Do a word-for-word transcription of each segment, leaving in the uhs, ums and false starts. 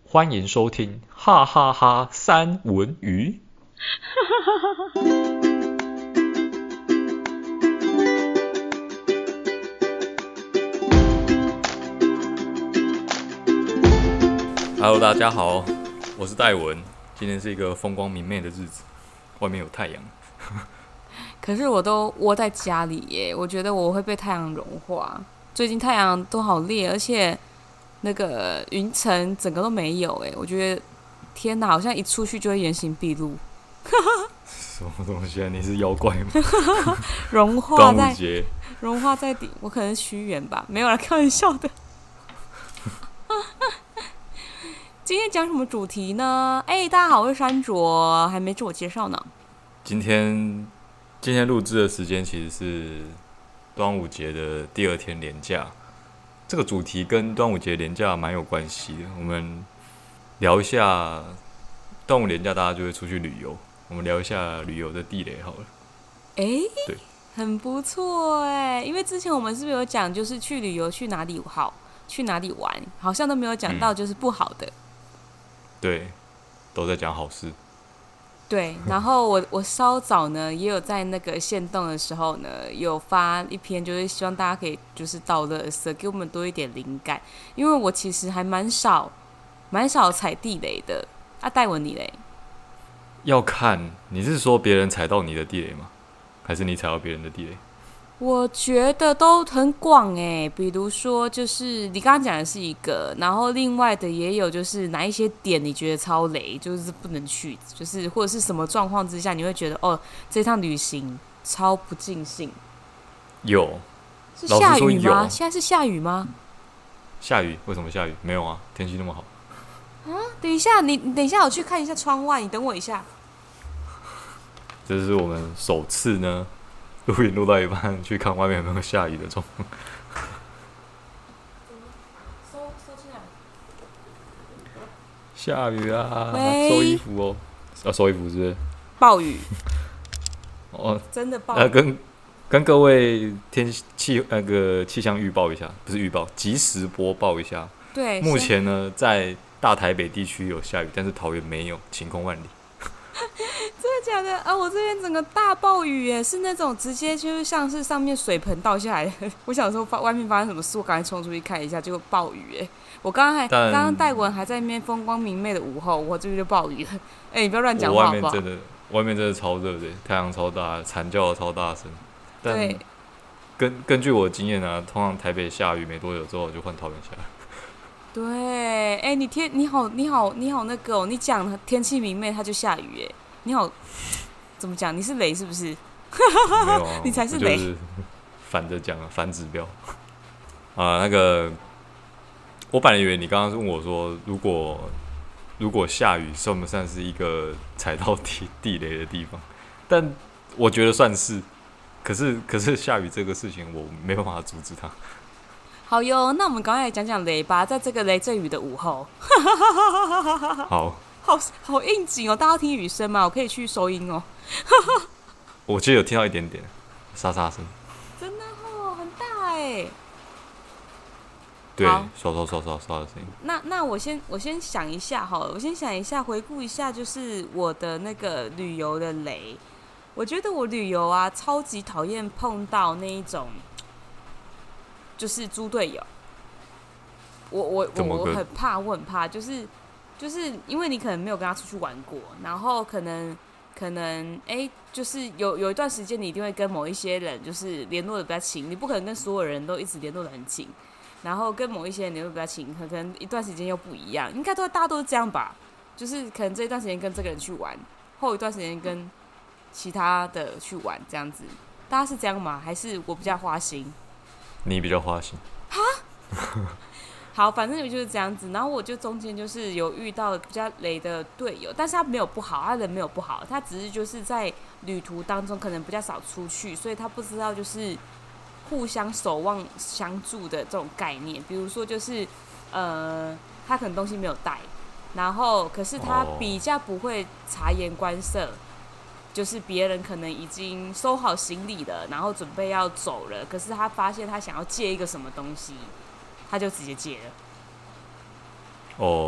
欢迎收听哈哈哈三文鱼。Hello， 大家好，我是戴文。今天是一个风光明媚的日子，外面有太阳。 可是我都窝在家里耶，我觉得我会被太阳融化。最近太阳都好烈，而且那个云层整个都没有哎，我觉得天哪，好像一出去就会原形毕露。 什么东西啊？你是妖怪吗？ 融化在端午节， 融化在底，我可能是虚元吧，没有啦，开玩笑的。今天讲什么主题呢？哎，大家好，我是山卓，还没自我介绍呢。 今天今天录制的时间其实是端午节的第二天连假，这个主题跟端午节连假蛮有关系的。我们聊一下端午连假，大家就会出去旅游。我们聊一下旅游的地雷好了。 哎， 对， 很不错哎，因为之前我们是不是有讲，就是去旅游去哪里好，去哪里玩，好像都没有讲到就是不好的。嗯、 对，都在讲好事。 对，然后我我稍早呢也有在那个限动的时候呢，有发一篇，就是希望大家可以就是倒垃圾，给我们多一点灵感，因为我其实还蛮少蛮少踩地雷的。啊，戴文你嘞？ 要看你是说别人踩到你的地雷吗？还是你踩到别人的地雷？ 我觉得都很广哎，比如说就是你刚刚讲的是一个，然后另外的也有就是哪一些点你觉得超雷，就是不能去，就是或者是什么状况之下你会觉得哦这趟旅行超不尽兴。 有， 是下雨吗？ 老实说有。 现在是下雨吗？ 下雨？为什么下雨？没有啊，天气那么好。 啊，等一下，你你等一下，我去看一下窗外，你等我一下。 这是我们首次呢，录影录到一半去看外面有没有下雨的状况。 收收进来。 下雨啊！ 喂收衣服哦，要、啊、收衣服是不是？ 暴雨。 哦， 真的暴雨。 呃，跟跟各位天气那个气象预报一下，不是预报，及时播报一下。 对， 目前呢，在大台北地区有下雨，但是桃园没有，晴空万里。 真的假的啊？我这边整个大暴雨耶，是那种直接就是像是上面水盆倒下来的。我想说外面发生什么事，我赶快冲出去看一下，结果暴雨耶！我刚刚还刚刚戴文还在那边风光明媚的午后，我这边就暴雨了。哎、欸，你不要乱讲话好不好？ 外面真的，外面真的超热的，太阳超大，惨叫超大声。但根根据我的经验啊，通常台北下雨没多久之后就换桃园下来。 对，哎、欸，你天，你好，你好，你好，那个、哦，你讲天气明媚，它就下雨，哎，你好，怎么讲？你是雷是不是？ 没有啊， 你才是雷。 就是反着讲啊，反指标。啊，那个，我本来以为你刚刚是问我说，如果如果下雨算不算是一个踩到地地雷的地方？但我觉得算是。可是可是下雨这个事情，我没办法阻止它。 好哟，那我们赶快来讲讲雷吧，在这个雷阵雨的午后。 好， 好好应景哦，大家听雨声吗？我可以去收音哦。 我记得有听到一点点沙沙声， 真的哦，很大哎。 对，刷刷刷刷刷的声音。 那那我先我先想一下好了，我先想一下，回顾一下，就是我的那个旅游的雷。我觉得我旅游啊，超级讨厌碰到那一种。就是猪队友，我我我我很怕，我很怕，就是就是因为你可能没有跟他出去玩过，然后可能可能哎、欸，就是有有一段时间你一定会跟某一些人就是联络的比较勤，你不可能跟所有人都一直联络的很勤，然后跟某一些人联络比较勤，可能一段时间又不一样，应该都大家都是这样吧，就是可能这一段时间跟这个人去玩，后一段时间跟其他的去玩，这样子，大家是这样吗？还是我比较花心？ 你比较花心哈，好，反正就是这样子。然后我就中间就是有遇到比较雷的队友，但是他没有不好，他人没有不好，他只是就是在旅途当中可能比较少出去，所以他不知道就是互相守望相助的这种概念。比如说就是呃，他可能东西没有带，然后可是他比较不会察言观色。就是别人可能已经收好行李了，然后准备要走了，可是他发现他想要借一个什么东西，他就直接借了。 哦，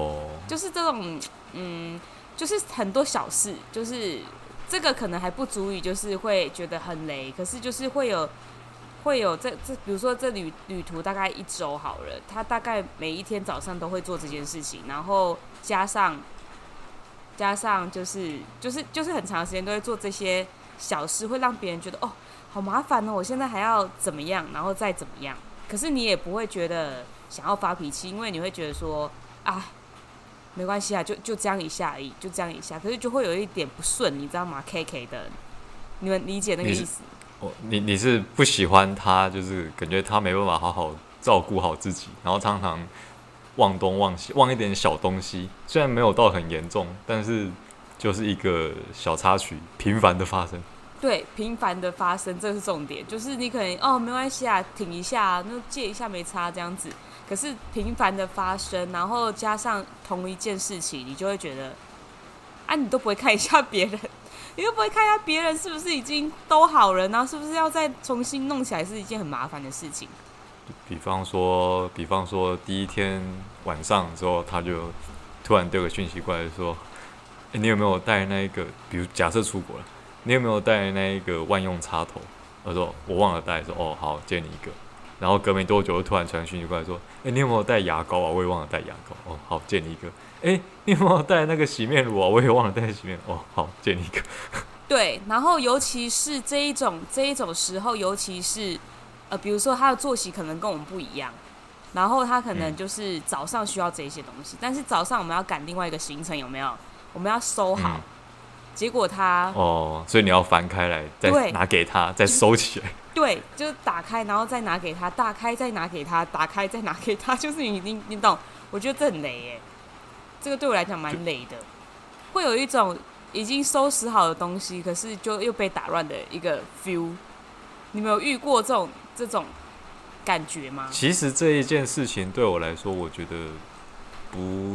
就是这种嗯，就是很多小事，就是这个可能还不足以就是会觉得很雷，可是就是会有会有这这，比如说这旅旅途大概一周好了，他大概每一天早上都会做这件事情，然后加上加上就是就是就是很长时间都会做这些小事，会让别人觉得哦好麻烦哦，我现在还要怎么样，然后再怎么样，可是你也不会觉得想要发脾气，因为你会觉得说啊没关系啊，就就这样一下而已，就这样一下，可是就会有一点不顺，你知道吗 ？K K 的，你们理解那个意思？ 哦，你你是不喜欢他，就是感觉他没办法好好照顾好自己，然后常常忘东忘西，忘一点小东西，虽然没有到很严重，但是就是一个小插曲，频繁的发生。 对，频繁的发生，这是重点。就是你可能哦，没关系啊，挺一下、啊，那借一下没差这样子。可是频繁的发生，然后加上同一件事情，你就会觉得，啊，你都不会看一下别人，你都不会看一下别人是不是已经都好了，然后是不是要再重新弄起来，是一件很麻烦的事情。 比方说，比方说第一天晚上之后，他就突然丢个讯息过来说，欸，你有没有带那个？比如假设出国了。你有没有带那一个万用插头？我说我忘了带，说哦好，借你一个。然后隔没多久，又突然传讯息过来说，哎、欸，你有没有带牙膏啊？我也忘了带牙膏。哦，好，借你一个。哎、欸，你有没有带那个洗面乳啊？我也忘了带洗面乳。哦，好，借你一个。 对，然后尤其是这一种这一种时候，尤其是呃，比如说他的作息可能跟我们不一样，然后他可能就是早上需要这些东西，嗯、但是早上我们要赶另外一个行程，有没有？我们要收好。嗯，结果他哦，所以你要翻开来，再拿给他，再收起来。 对，就是打开，然后再拿给他，打开再拿给他，打开再拿给他，就是你你你懂？我觉得这很雷耶，这个对我来讲蛮雷的，会有一种已经收拾好的东西，可是就又被打乱的一个 feel。你们有遇过这种这种感觉吗？ 其实这一件事情对我来说，我觉得不。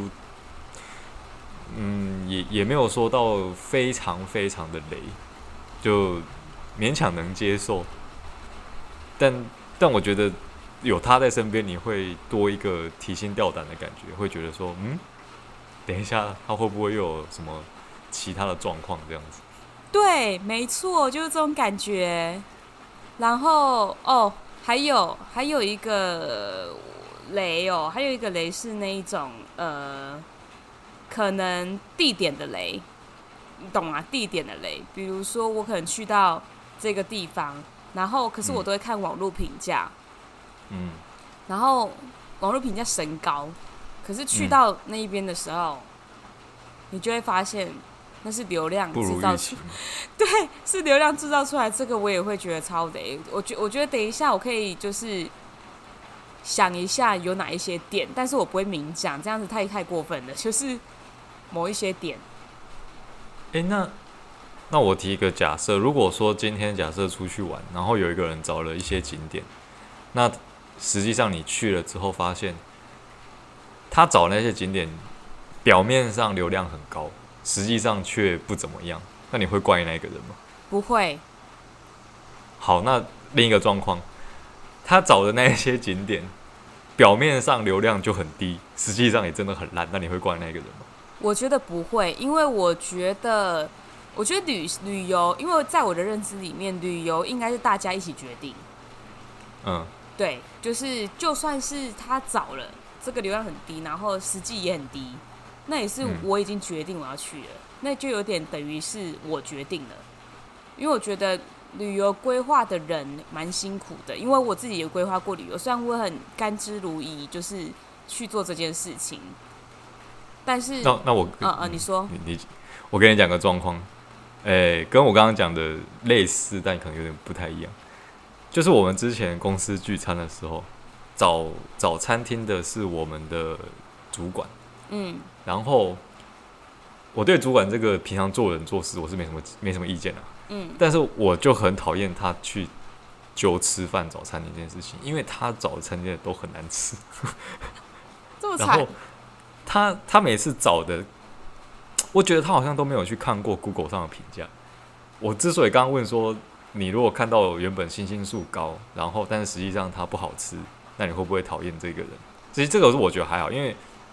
嗯，也也没有说到非常非常的雷，就勉强能接受。但但我觉得有他在身边，你会多一个提心吊胆的感觉，会觉得说，嗯，等一下他会不会又有什么其他的状况这样子？ 对，没错，就是这种感觉。然后哦，还有还有一个雷哦，还有一个雷是那一种呃。可能地点的雷，你懂吗？地点的雷，比如说我可能去到这个地方，然后可是我都会看网络评价，嗯，然后网络评价神高，可是去到那一边的时候，嗯、你就会发现那是流量制造出，对，是流量制造出来。这个我也会觉得超雷。我觉我觉得等一下我可以就是想一下有哪一些点，但是我不会明讲，这样子太太过分了，就是。某一些点， 哎、欸，那那我提一个假设，如果说今天假设出去玩，然后有一个人找了一些景点，那实际上你去了之后发现，他找那些景点表面上流量很高，实际上却不怎么样，那你会怪那个人吗？ 不会。 好，那另一个状况，他找的那些景点表面上流量就很低，实际上也真的很烂，那你会怪那个人吗？ 我觉得不会，因为我觉得，我觉得旅旅游，因为在我的认知里面，旅游应该是大家一起决定。嗯，对，就是就算是他找了这个流量很低，然后实际也很低，那也是我已经决定我要去了，嗯、那就有点等于是我决定了。因为我觉得旅游规划的人蛮辛苦的，因为我自己也规划过旅游，虽然我很甘之如饴，就是去做这件事情。但是， 那那我， 嗯嗯，你说， 你你，我跟你讲个状况，诶、欸，跟我刚刚讲的类似，但可能有点不太一样。就是我们之前公司聚餐的时候，找找餐厅的是我们的主管，嗯，然后我对主管这个平常做人做事我是没什么没什么意见啊，嗯，但是我就很讨厌他去揪吃饭找餐厅这件事情，因为他找的餐厅都很难吃， 这么惨。 他他每次找的，我觉得他好像都没有去看过 Google 上的评价。我之所以刚刚问说，你如果看到原本星星数高，然后但是实际上它不好吃，那你会不会讨厌这个人？其实这个是我觉得还好，因为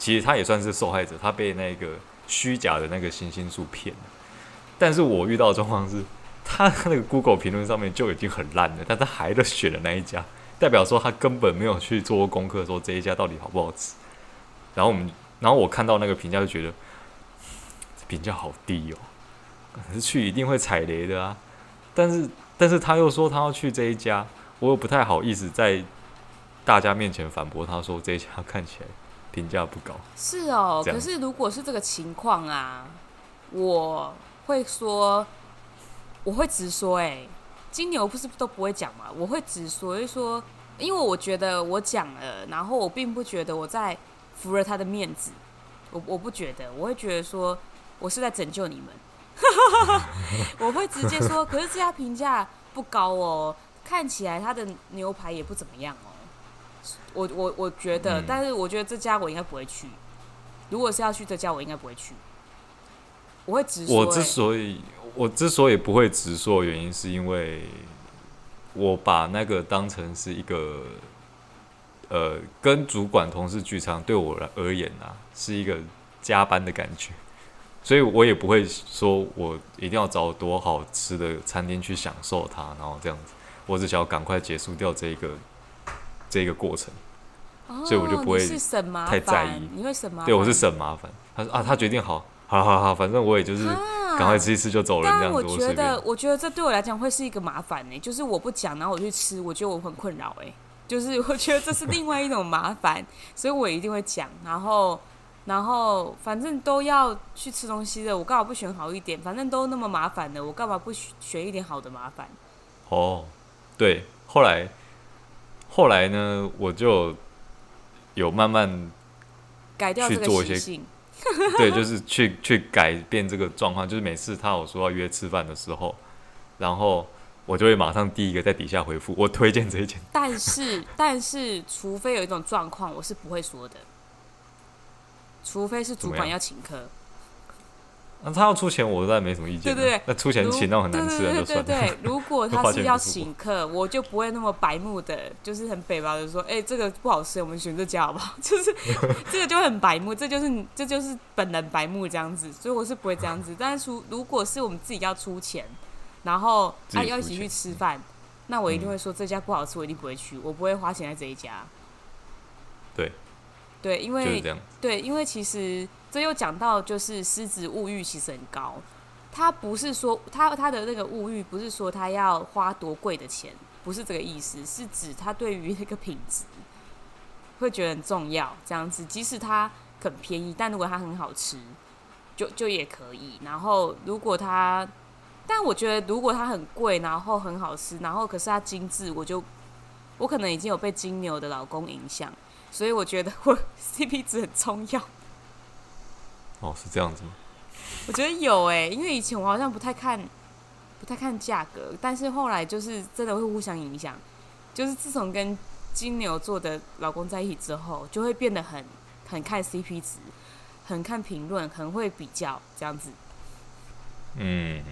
其实他也算是受害者，他被那个虚假的那个星星数骗了。但是我遇到的状况是，他那个 Google 评论上面就已经很烂了，但他还是选了那一家，代表说他根本没有去做过功课，说这一家到底好不好吃。然后我们，然后我看到那个评价就觉得，评价好低哦，可是去一定会踩雷的啊。但是，但是他又说他要去这一家，我又不太好意思在大家面前反驳他说这一家看起来评价不高。 是哦，可是如果是这个情况啊，我会说，我会直说、欸，哎，金牛不是都不会讲嘛，我会直说，就说，因为我觉得我讲了，然后我并不觉得我在服了他的面子，我我不觉得，我会觉得说我是在拯救你们。我会直接说，可是这家评价不高哦，看起来它的牛排也不怎么样哦。我我我觉得、嗯，但是我觉得这家我应该不会去。如果是要去这家，我应该不会去。我会直说、欸。 我之所以我之所以不会直说的原因，是因为我把那个当成是一个呃，跟主管同事聚餐，对我而言啊，是一个加班的感觉。所以我也不会说我一定要找多好吃的餐厅去享受它，然后这样子，我只想要赶快结束掉这个这个过程， 哦、 所以我就不会太在意。 你会省麻烦？ 对，我是省麻烦。他说啊，他决定好，好好好，反正我也就是赶快吃一吃就走人这样子。 但我觉得，我觉得这对我来讲会是一个麻烦呢、欸，就是我不讲，然后我去吃，我觉得我很困扰哎、欸，就是我觉得这是另外一种麻烦，所以我一定会讲，然后。然后反正都要去吃东西的，我干嘛不选好一点？反正都那么麻烦的，我干嘛不选一点好的麻烦？ 哦，对，后来后来呢，我就有慢慢改掉这个习性， 对，就是去去改变这个状况。就是每次他有说要约吃饭的时候，然后我就会马上第一个在底下回复我推荐这一间。 但是但是，除非有一种状况，我是不会说的。除非是主管要请客， 那、啊、他要出钱，我实在没什么意见、啊。 对对对， 那出钱请到很难吃的就算了。 对对对，如果他是要请客，我就不会那么白目的，就是很北吧的说，哎、欸，这个不好吃，我们选这家好不好？就是这个就很白目，这就是这就是本人白目这样子，所以我是不会这样子。但是如果是我们自己要出钱，然后啊要一起去吃饭，那我一定会说这家不好吃，我一定不会去，我不会花钱在这一家。 对。 对，因为、 就是、 对，因为其实这又讲到，就是狮子物欲其实很高。他不是说他他的那个物欲，不是说他要花多贵的钱，不是这个意思，是指他对于那个品质会觉得很重要。这样子，即使它很便宜，但如果它很好吃，就就也可以。然后如果它，但我觉得如果它很贵，然后很好吃，然后可是它精致，我就我可能已经有被金牛的老公影响。所以我觉得我 C P 值很重要。 哦，是这样子吗？ 我觉得有诶、欸，因为以前我好像不太看，不太看价格，但是后来就是真的会互相影响。就是自从跟金牛座的老公在一起之后，就会变得很很看 C P 值，很看评论，很会比较这样子。 嗯，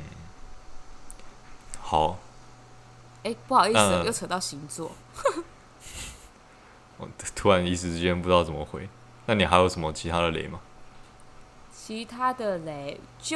好。 哎、欸，不好意思、呃，又扯到星座。 我突然一时之间不知道怎么回。那你还有什么其他的雷吗？ 其他的雷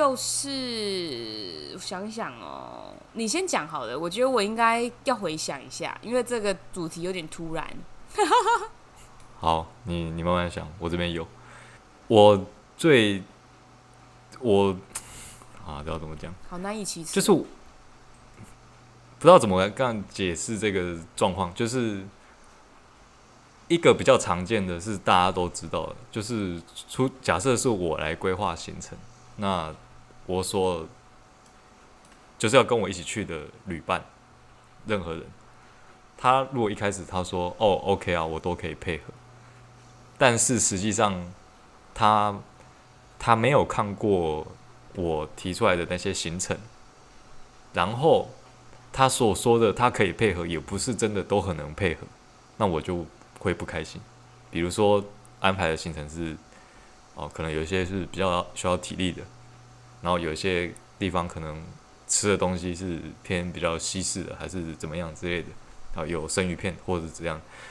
就是想想哦，你先讲好了。我觉得我应该要回想一下，因为这个主题有点突然。 好，你你慢慢想，我这边有。我最我啊，不知道怎么讲， 好难以启齿。 就是不知道怎么刚解释这个状况，就是一个比较常见的是大家都知道的，就是出假设是我来规划行程，那我所就是要跟我一起去的旅伴，任何人，他如果一开始他说哦 OK 啊，我都可以配合，但是实际上他他没有看过我提出来的那些行程，然后他所说的他可以配合，也不是真的都很能配合，那我就会不开心。比如说安排的行程是，哦，可能有一些是比较需要体力的，然后有一些地方可能吃的东西是偏比较西式的，还是怎么样之类的，啊，有生鱼片或者怎样，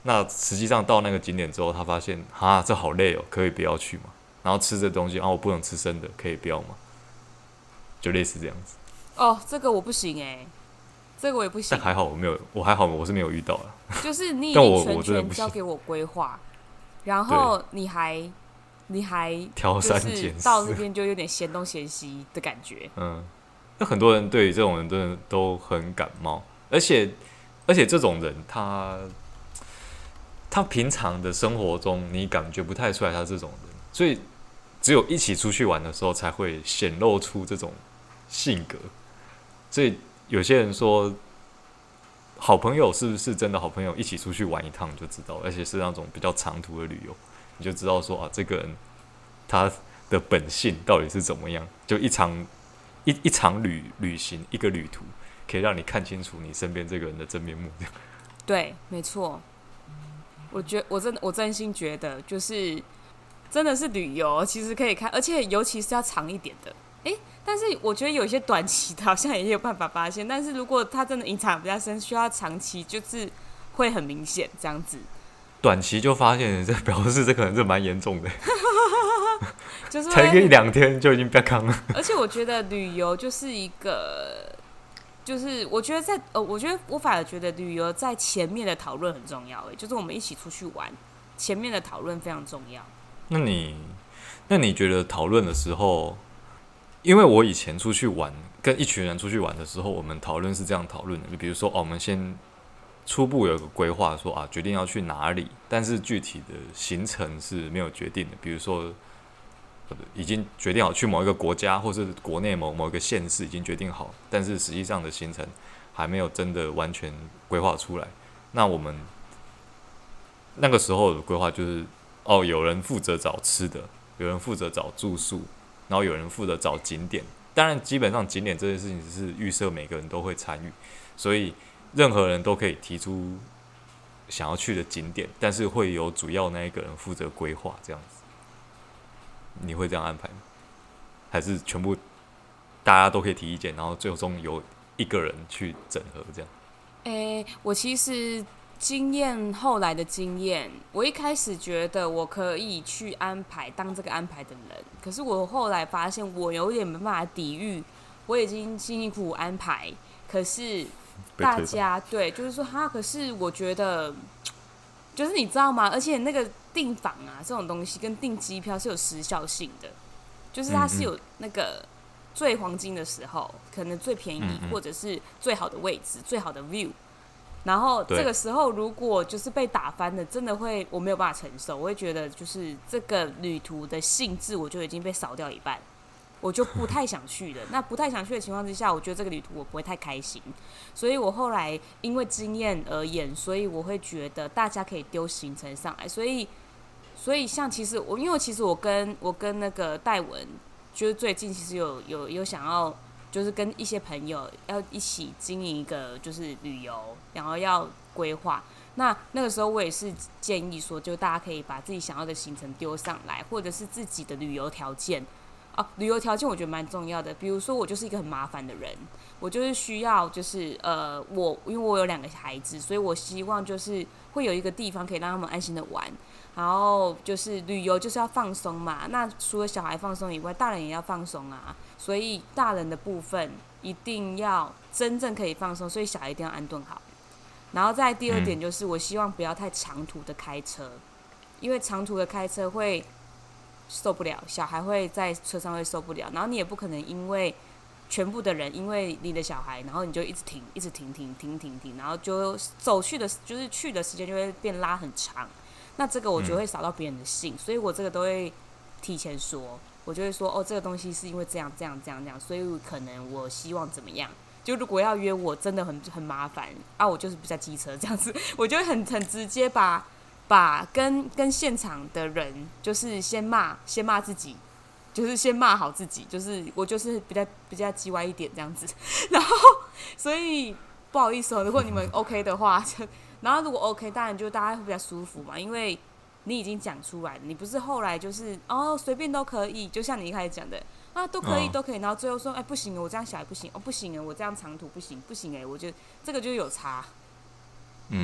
那实际上到那个景点之后，他发现哈这好累哦，可以不要去吗？然后吃这东西啊，我不能吃生的，可以不要吗？就类似这样子。 哦，这个我不行哎、欸，这个我也不行。 但还好我没有，我还好我是没有遇到了。 就是你已但经我我真的全权不行交给我规划，然后你还你还挑就是三拣四到那边就有点嫌东嫌西的感觉。 嗯，那很多人对于这种人真的都很感冒，而且而且这种人他他平常的生活中你感觉不太出来他这种人，所以只有一起出去玩的时候才会显露出这种性格。所以有些人说，好朋友是不是真的好朋友，一起出去玩一趟就知道，而且是那种比较长途的旅游，你就知道说啊，这个人他的本性到底是怎么样。就一场一一场旅旅行，一个旅途，可以让你看清楚你身边这个人的真面目。 对，没错。我觉我真的我真心觉得，就是真的是旅游，其实可以看，而且尤其是要长一点的。诶，但是我觉得有些短期的好像也有办法发现，但是如果它真的影响比较深，需要长期，就是会很明显这样子。 短期就发现，这表示这可能是蛮严重的， 就是才一两天就已经变康了。 而且我觉得旅游就是一个，就是我觉得在呃，我觉得我反而觉得旅游在前面的讨论很重要，哎，就是我们一起出去玩，前面的讨论非常重要。 那你那你觉得讨论的时候？因为我以前出去玩，跟一群人出去玩的时候，我们讨论是这样讨论的，就比如说，哦，我们先初步有个规划，说啊，决定要去哪里，但是具体的行程是没有决定的。比如说，已经决定好去某一个国家，或是国内某某一个县市已经决定好，但是实际上的行程还没有真的完全规划出来。那我们那个时候的规划就是，哦，有人负责找吃的，有人负责找住宿。然后有人负责找景点，当然基本上景点这件事情只是预设每个人都会参与，所以任何人都可以提出想要去的景点，但是会由主要那一个人负责规划这样子。你会这样安排吗？还是全部大家都可以提意见，然后最终由一个人去整合这样？ 诶，我其实经验后来的经验，我一开始觉得我可以去安排当这个安排的人，可是我后来发现我有点没办法抵御，我已经辛辛苦苦安排，可是大家对就是说哈，可是我觉得就是你知道吗？而且那个订房啊这种东西跟订机票是有时效性的，就是它是有那个最黄金的时候，可能最便宜嗯嗯或者是最好的位置、最好的 view。然后这个时候如果就是被打翻了，真的会我没有办法承受，我会觉得就是这个旅途的兴致我就已经被扫掉一半，我就不太想去了。那不太想去的情况之下，我觉得这个旅途我不会太开心，所以我后来因为经验而言，所以我会觉得大家可以丢行程上来，所以所以像其实我因为其实我跟我跟那个戴文，就是最近其实有有有想要。就是跟一些朋友要一起经营一个就是旅游，然后要规划。那那个时候我也是建议说，就大家可以把自己想要的行程丢上来，或者是自己的旅游条件。啊，旅游条件我觉得蛮重要的。比如说我就是一个很麻烦的人，我就是需要就是呃，我因为我有两个孩子，所以我希望就是会有一个地方可以让他们安心的玩。然后就是旅游就是要放松嘛，那除了小孩放松以外，大人也要放松啊。所以大人的部分一定要真正可以放松，所以小孩一定要安顿好。然后再第二点就是，我希望不要太长途的开车，因为长途的开车会受不了，小孩会在车上会受不了，然后你也不可能因为全部的人因为你的小孩，然后你就一直停，一直停停停停停，然后就走去的就是去的时间就会变拉很长。那这个我觉得会扫到别人的兴，所以我这个都会提前说，我就会说哦，这个东西是因为这样这样这样这样，所以可能我希望怎么样。就如果要约我，真的很很麻烦啊，我就是比较机车这样子，我就会很很直接把把跟跟现场的人，就是先骂先骂自己，就是先骂好自己，就是我就是比较比较叽歪一点这样子，然后所以不好意思哦，如果你们 OK 的话。然后如果 OK， 当然就大家会比较舒服嘛，因为你已经讲出来了，你不是后来就是哦随便都可以，就像你一开始讲的啊都可以、哦、都可以，然后最后说哎不行，我这样小孩不行，哦不行，我这样长途不行不行，哎，我觉得这个就有差。 嗯，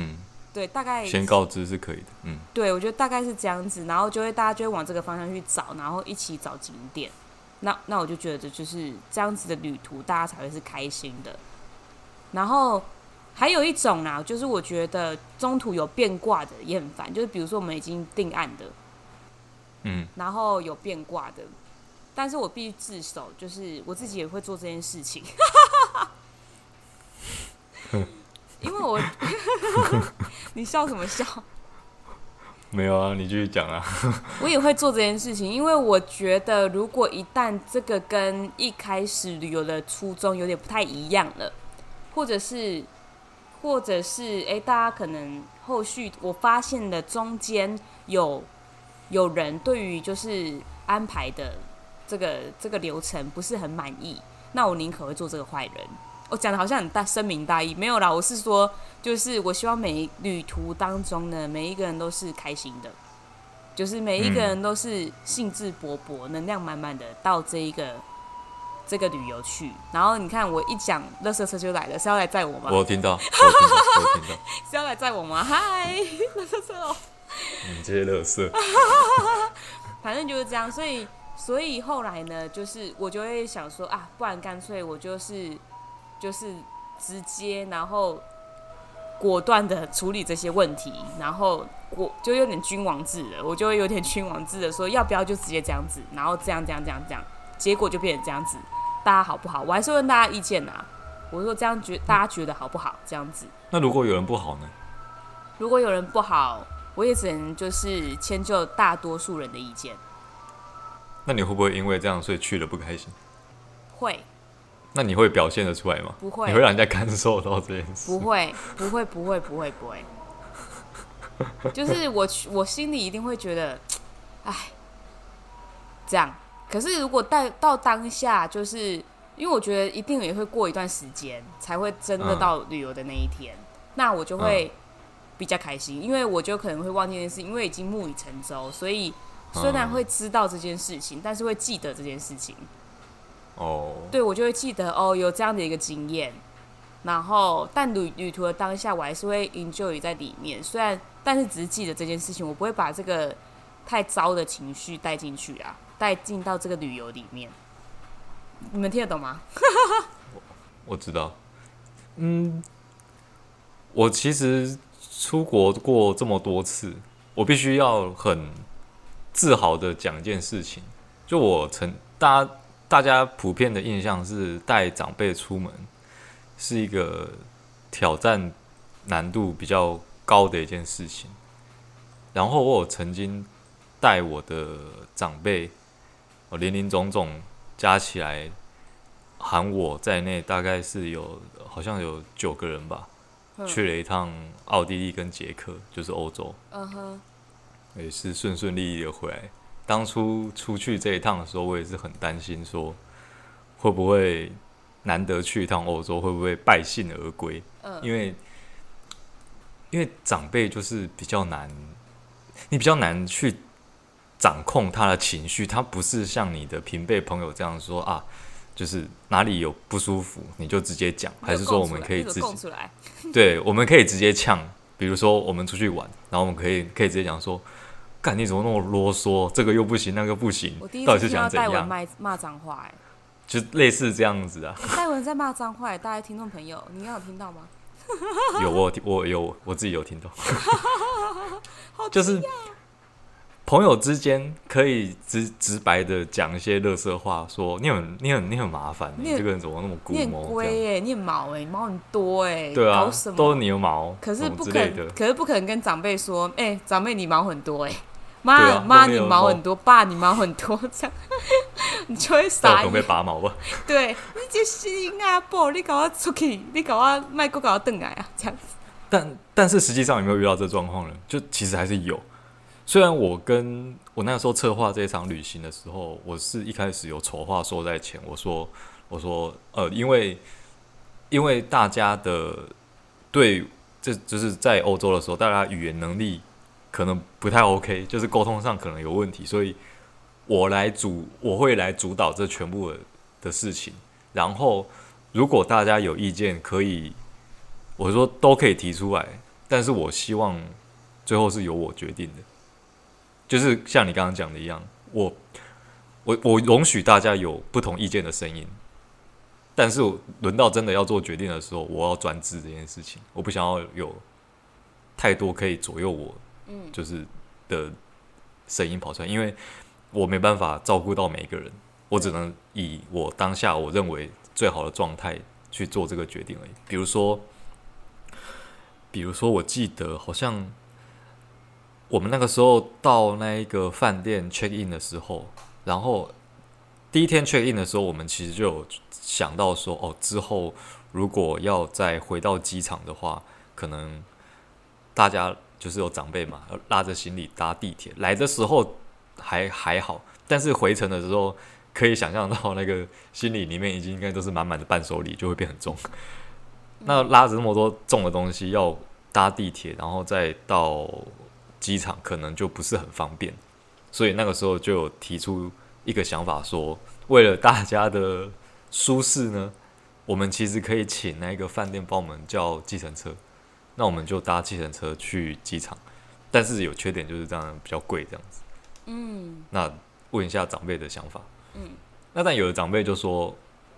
对，大概先告知是可以的，嗯， 对，我觉得大概是这样子，然后就会大家就会往这个方向去找，然后一起找景点。那那我就觉得就是这样子的旅途，大家才会是开心的。然后还有一种啦，就是我觉得中途有变卦的也很烦，就是比如说我们已经定案的， 嗯， 然后有变卦的，但是我必须自首，就是我自己也会做这件事情，因为我你笑什么笑？ 没有啊，你继续讲啊。 我也会做这件事情，因为我觉得如果一旦这个跟一开始旅游的初衷有点不太一样了，或者是或者是哎，大家可能后续我发现了中间有有人对于就是安排的这个这个流程不是很满意，那我宁可会做这个坏人。我讲的好像很大深明大义，没有啦，我是说，就是我希望每一旅途当中呢，每一个人都是开心的，就是每一个人都是兴致勃勃、能量满满的到这一个这个旅游去。然后你看，我一讲，垃圾车就来了，是要来载我吗？ 我有听到，我有听到，我有听到， 是要来载我吗？嗨，垃圾车哦！ 你这些垃圾， 反正就是这样，所以所以后来呢，就是我就会想说啊，不然干脆我就是。就是直接，然后果断的处理这些问题，然后我就有点君王制了，我就会有点君王制的说，要不要就直接这样子，然后这样这样这样这样，结果就变成这样子，大家好不好？我还是问大家意见啊，我说这样觉大家觉得好不好？这样子。 那如果有人不好呢？ 如果有人不好，我也只能就是迁就大多数人的意见。 那你会不会因为这样所以去了不开心？ 会。 那你会表现得出来吗？ 不会。 你会让人家感受到这件事？ 不会，不会，不会，不会，不会。就是我，我心里一定会觉得，哎，这样。可是如果到到当下，就是因为我觉得一定也会过一段时间，才会真的到旅游的那一天，嗯、那我就会比较开心，因为我就可能会忘记这件事，因为已经木已成舟，所以虽然会知道这件事情，但是会记得这件事情。 哦， 对，我就会记得哦，有这样的一个经验，然后但旅旅途的当下，我还是会 enjoy 在里面，虽然但是只是记得这件事情，我不会把这个太糟的情绪带进去啊，带进到这个旅游里面。你们听得懂吗？ 我, 我知道，嗯，我其实出国过这么多次，我必须要很自豪的讲一件事情，就我曾大家。大家普遍的印象是带长辈出门是一个挑战难度比较高的一件事情。然后我有曾经带我的长辈，我林林总总加起来，含我在内，大概是有好像有九个人吧，去了一趟奥地利跟捷克，就是欧洲，嗯哼，也是顺顺利利的回来。当初出去这一趟的时候，我也是很担心，说会不会难得去一趟欧洲，会不会败兴而归？嗯，因为因为长辈就是比较难，你比较难去掌控他的情绪，他不是像你的平辈朋友这样说啊，就是哪里有不舒服你就直接讲，还是说我们可以自己对，我们可以直接呛，比如说我们出去玩，然后我们可以可以直接讲说。干你怎么那么啰嗦？这个又不行，那个不行， 我第一次听到戴文骂骂脏话，哎， 就类似这样子啊。 戴文在骂脏话，大家听众朋友，你刚有听到吗？ 有，我有我有我自己有听到，就是朋友之间可以直直白的讲一些垃圾话，说你很你很你很麻烦，你这个人怎么那么孤你很龟哎，你很毛哎，你毛很多哎， 对啊， 搞什么都是你的毛， 可是不可能，可是不可能跟长辈说，哎、欸，长辈你毛很多哎、欸。妈妈、啊， 你毛很多，爸你毛很多，这样你就会傻眼。 被拔毛吧？ 对，你这新啊，不，你搞我出去，你搞我卖过搞我邓来啊，这样子。 但但是实际上有没有遇到这状况呢？就其实还是有。虽然我跟我那时候策划这一场旅行的时候，我是一开始有丑话说在前，我说我说呃，因为因为大家的对，这就是在欧洲的时候，大家语言能力。可能不太 OK， 就是沟通上可能有问题，所以我来主，我会来主导这全部 的, 的事情。然后，如果大家有意见，可以，我说都可以提出来。 但是我希望最后是由我决定的，就是像你刚刚讲的一样，我我我容许大家有不同意见的声音，但是轮到真的要做决定的时候，我要专制这件事情，我不想要有太多可以左右我，就是的声音跑出来，因为我没办法照顾到每一个人，我只能以我当下我认为最好的状态去做这个决定而已。比如说，比如说，我记得好像我们那个时候到那一个饭店 check in 的时候，然后第一天 check in 的时候，我们其实就有想到说，哦，之后如果要再回到机场的话，可能大家就是有长辈嘛，拉着行李搭地铁，来的时候还还好，但是回程的时候，可以想象到那个行李里面已经应该都是满满的伴手礼，就会变很重。那拉着那么多重的东西要搭地铁，然后再到机场，可能就不是很方便。所以那个时候就有提出一个想法说，为了大家的舒适呢，我们其实可以请那个饭店帮我们叫计程车，那我们就搭计程车去机场。但是有缺点就是这样比较贵这样子。嗯，那问一下长辈的想法。嗯，那但有的长辈就说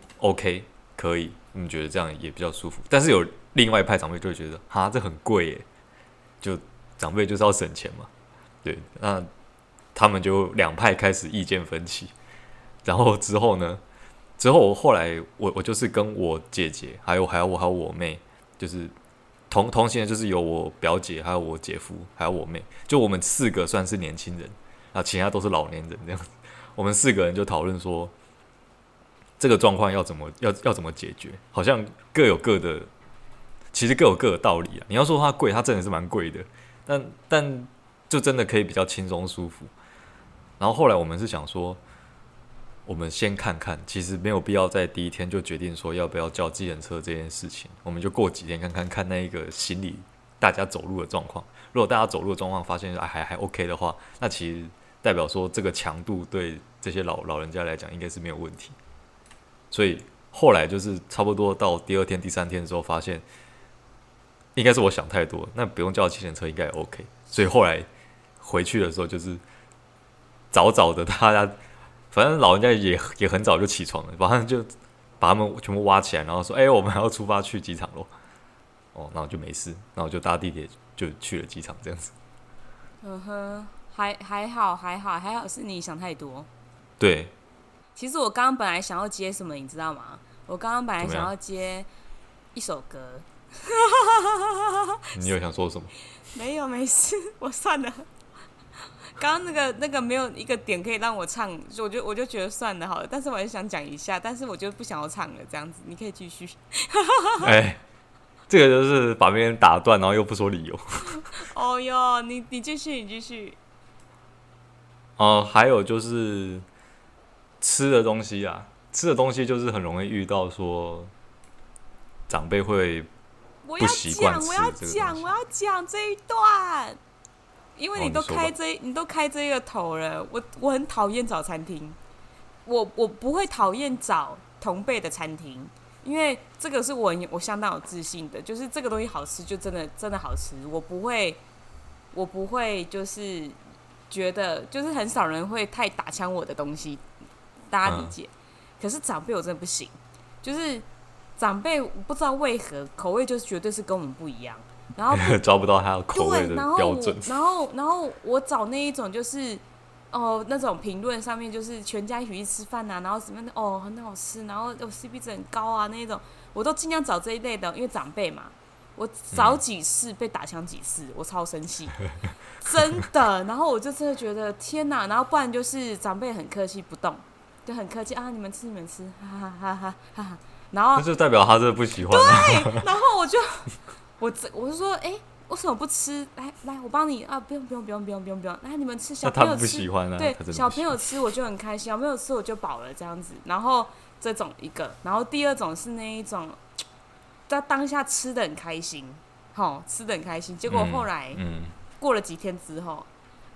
OK 可以，你们觉得这样也比较舒服。但是有另外一派长辈就会觉得，哈，这很贵耶，就长辈就是要省钱嘛。对，那他们就两派开始意见分歧。然后之后呢？之后后来我我就是跟我姐姐，还有还有我还有我妹，就是同同行的，就是有我表姐，还有我姐夫，还有我妹，就我们四个算是年轻人，啊，其他都是老年人这样子。我们四个人就讨论说，这个状况要怎么要要怎么解决？好像各有各的，其实各有各的道理啊。你要说它贵，它真的是蛮贵的，但但就真的可以比较轻松舒服。然后后来我们是想说，我们先看看，其实没有必要在第一天就决定说要不要叫计程车这件事情，我们就过几天看看看那一个行李大家走路的状况。如果大家走路的状况发现还还 OK 的话，那其实代表说这个强度对这些老老人家来讲应该是没有问题。所以后来就是差不多到第二天、第三天的时候，发现应该是我想太多，那不用叫计程车应该也 OK。所以后来回去的时候，就是早早的大家。反正老人家也也很早就起床了，反正就把他们全部挖起来，然后说：“哎、欸，我们还要出发去机场咯。”哦，那我就没事，那我就搭地铁就去了机场，这样子。 嗯哼，还还好，还好，还好是你想太多。 对。 其实我刚刚本来想要接什么，你知道吗？我刚刚本来想要接一首歌。 你有想说什么？ 没有，没事，我算了。刚刚那个那个没有一个点可以让我唱，我就我就觉得算了好了。但是我还是想讲一下，但是我就不想要唱了，这样子你可以继续。 哎、欸，这个就是把别人打断，然后又不说理由。 哦哟，你你继续，你继续。 哦、呃，还有就是吃的东西啊，吃的东西就是很容易遇到说长辈会不习惯吃这个东西。 我要讲，我要讲这一段。因为你都开这、哦、你, 你都开这个头了，我我很讨厌找餐厅，我我不会讨厌找同辈的餐厅，因为这个是我我相当有自信的，就是这个东西好吃就真的真的好吃，我不会我不会就是觉得就是很少人会太打枪我的东西，大家理解。嗯、可是长辈我真的不行，就是长辈不知道为何口味就是绝对是跟我们不一样。然后抓不到他的口味的标准， 然后然后我找那一种就是哦那种评论上面就是全家一起去吃饭啊，然后什么的哦很好吃，然后哦 C P 值很高啊那一种，我都尽量找这一类的，因为长辈嘛，我找几次被打枪几次，我超生气，真的。然后我就真的觉得天哪，然后不然就是长辈很客气不动，就很客气啊，你们吃你们吃，哈哈哈哈哈哈。然后那就代表他真的不喜欢、啊。 对，然后我就。我我就说，哎、欸，为什么不吃？来来，我帮你啊！不用不用不用不用不用不用，来你们吃，小朋友吃， 他不喜欢啊、 对，小朋友吃我就很开心，小朋友吃我就饱了这样子。然后这种一个，然后第二种是那一种，在当下吃的很开心，吼，吃的很开心。结果后来，嗯嗯、过了几天之后，啊，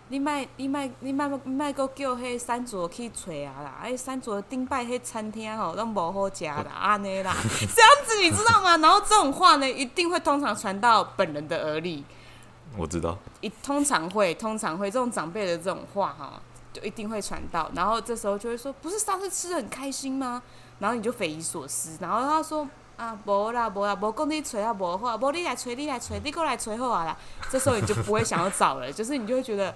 你莫你莫你莫莫阁叫迄山卓去找啊啦！哎，山卓顶摆迄餐厅吼都无好食啦，安尼啦，这样子你知道吗？然后这种话呢，一定会通常传到本人的耳里。 我知道， 一通常会通常会这种长辈的这种话哈，就一定会传到，然后这时候就会说，不是上次吃的很开心吗？然后你就匪夷所思，然后他说啊，无啦无啦，无讲你找啊无好啊，无你来找你来找，你过来找好啊啦。这时候你就不会想要找了，就是你就会觉得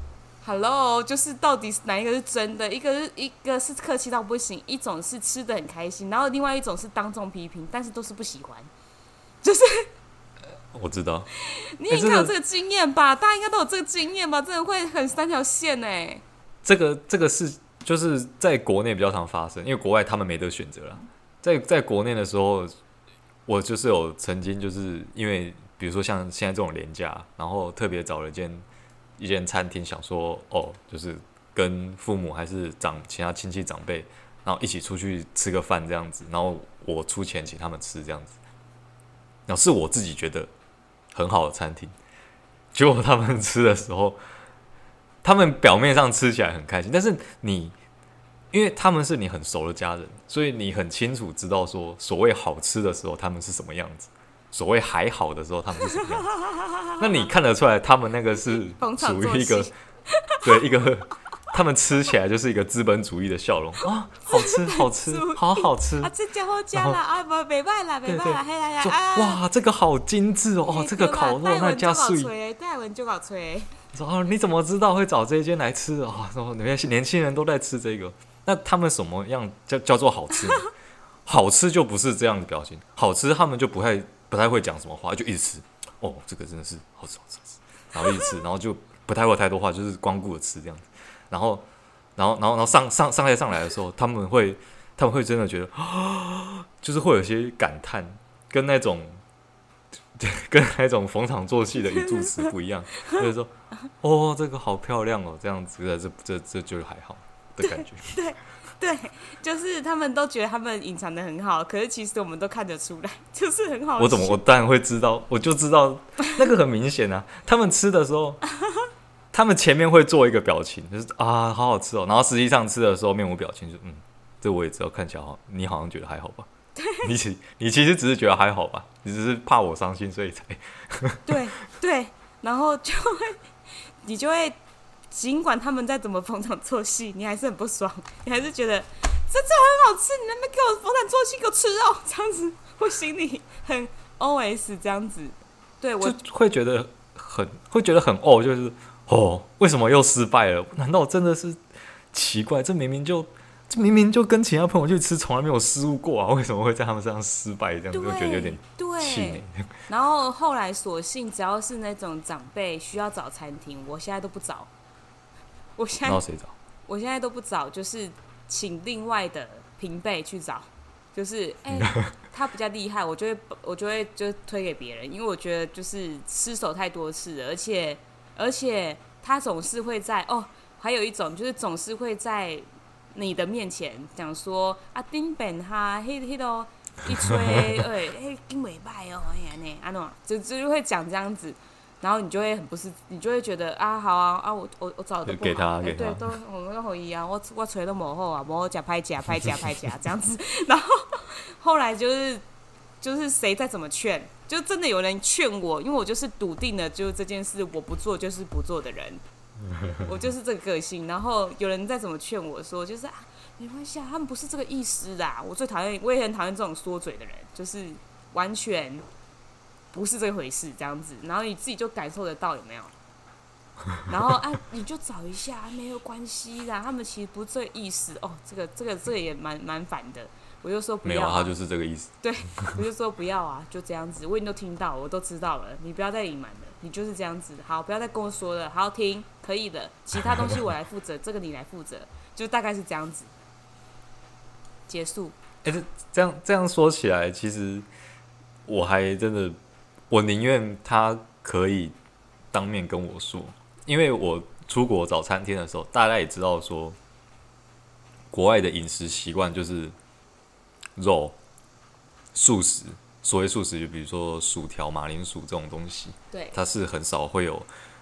，Hello， 就是到底哪一个是真的？一个是一个是客气到不行，一种是吃的很开心，然后另外一种是当众批评，但是都是不喜欢，就是。 我知道， 你应该有这个经验吧？大家应该都有这个经验吧？真的会很三条线哎。 这个这个是就是在国内比较常发生，因为国外他们没得选择啦。在在国内的时候，我就是有曾经就是因为比如说像现在这种连假，然后特别找了一间一间餐厅，想说哦，就是跟父母还是长其他亲戚长辈，然后一起出去吃个饭这样子，然后我出钱请他们吃这样子。然后是我自己觉得很好的餐厅，结果他们吃的时候，他们表面上吃起来很开心，但是你因为他们是你很熟的家人，所以你很清楚知道说所谓好吃的时候他们是什么样子，所谓还好的时候他们是什么样子。那你看得出来，他们那个是属于一个对一个。他们吃起来就是一个资本主义的笑容啊，好吃好吃，好好吃啊，这家好吃啦啊，不袂歹啦，袂歹啦，嘿啦呀，哇，这个好精致哦，哦，这个烤肉那加水， 戴文就好吹。 说哦，你怎么知道会找这一间来吃啊？说那些年轻人都在吃这个，那他们什么样叫叫做好吃呢？好吃就不是这样的表情，好吃他们就不太不太会讲什么话，就一直吃。哦，这个真的是好吃好吃好吃，然后一直吃，然后就不太会太多话，就是光顾着吃这样子。然后，然后，然后，然后上上上来上来的时候，他们会，他们会真的觉得，就是会有些感叹，跟那种，跟那种逢场作戏的语助词不一样，就是说，哦，这个好漂亮哦，这样子，这这这就还好的感觉。 对对，对，就是他们都觉得他们隐藏的很好，可是其实我们都看得出来，就是很好。 我怎么我当然会知道，我就知道那个很明显啊，他们吃的时候。他们前面会做一个表情，就是啊，好好吃哦。然后实际上吃的时候，面无表情，就嗯，这我也知道，看起来好，你好像觉得还好吧？你其你其实只是觉得还好吧？你只是怕我伤心，所以才对对，然后就会你就会，尽管他们再怎么逢场作戏，你还是很不爽，你还是觉得这这很好吃，你能不能给我逢场作戏，给我吃肉？这样子，我心里很 O S 这样子，对我就会觉得很会觉得很哦，就是。哦，为什么又失败了？难道真的是奇怪？这明明就这明明就跟其他朋友去吃，从来没有失误过啊！为什么会在他们身上失败？这样子，我觉得有点气馁。 然后后来索性只要是那种长辈需要找餐厅，我现在都不找。我现在谁找？ 我现在都不找，就是请另外的平辈去找。就是哎、欸，他比较厉害，我就会我就会就推给别人，因为我觉得就是失手太多次了，而且。而且他总是会在哦，还有一种就是总是会在你的面前讲说啊，顶边哈，迄迄个一吹，哎，迄顶袂歹哦，哎呀呢，安怎就就会讲这样子，然后你就会很不是，你就会觉得啊，好啊啊，我我我找的都不好， 给他给他， 对，都我都可以啊，我我吹都无好啊，无好食歹食歹食歹食这样子，然后后来就是就是谁再怎么劝。就真的有人劝我，因为我就是笃定的，就是这件事我不做就是不做的人，我就是这个个性。然后有人再怎么劝我说，就是啊，没关系啊，他们不是这个意思啦。我最讨厌，我也很讨厌这种说嘴的人，就是完全不是这回事这样子。然后你自己就感受得到有没有？然后啊，你就找一下，没有关系啦，他们其实不是这个意思哦。这个这个这个也蛮蛮烦的。我就说不要、啊， 没有，他就是这个意思。 对，我就说不要啊，就这样子，我已经都听到，我都知道了，你不要再隐瞒了，你就是这样子。好，不要再跟我说了，好听，可以的，其他东西我来负责，这个你来负责，就大概是这样子。结束。 哎、欸，这样这样说起来，其实我还真的，我宁愿他可以当面跟我说，因为我出国找餐厅的时候，大家也知道说，国外的饮食习惯就是。肉、素食，所谓素食就比如说薯条、马铃薯这种东西， 对， 它是很少会有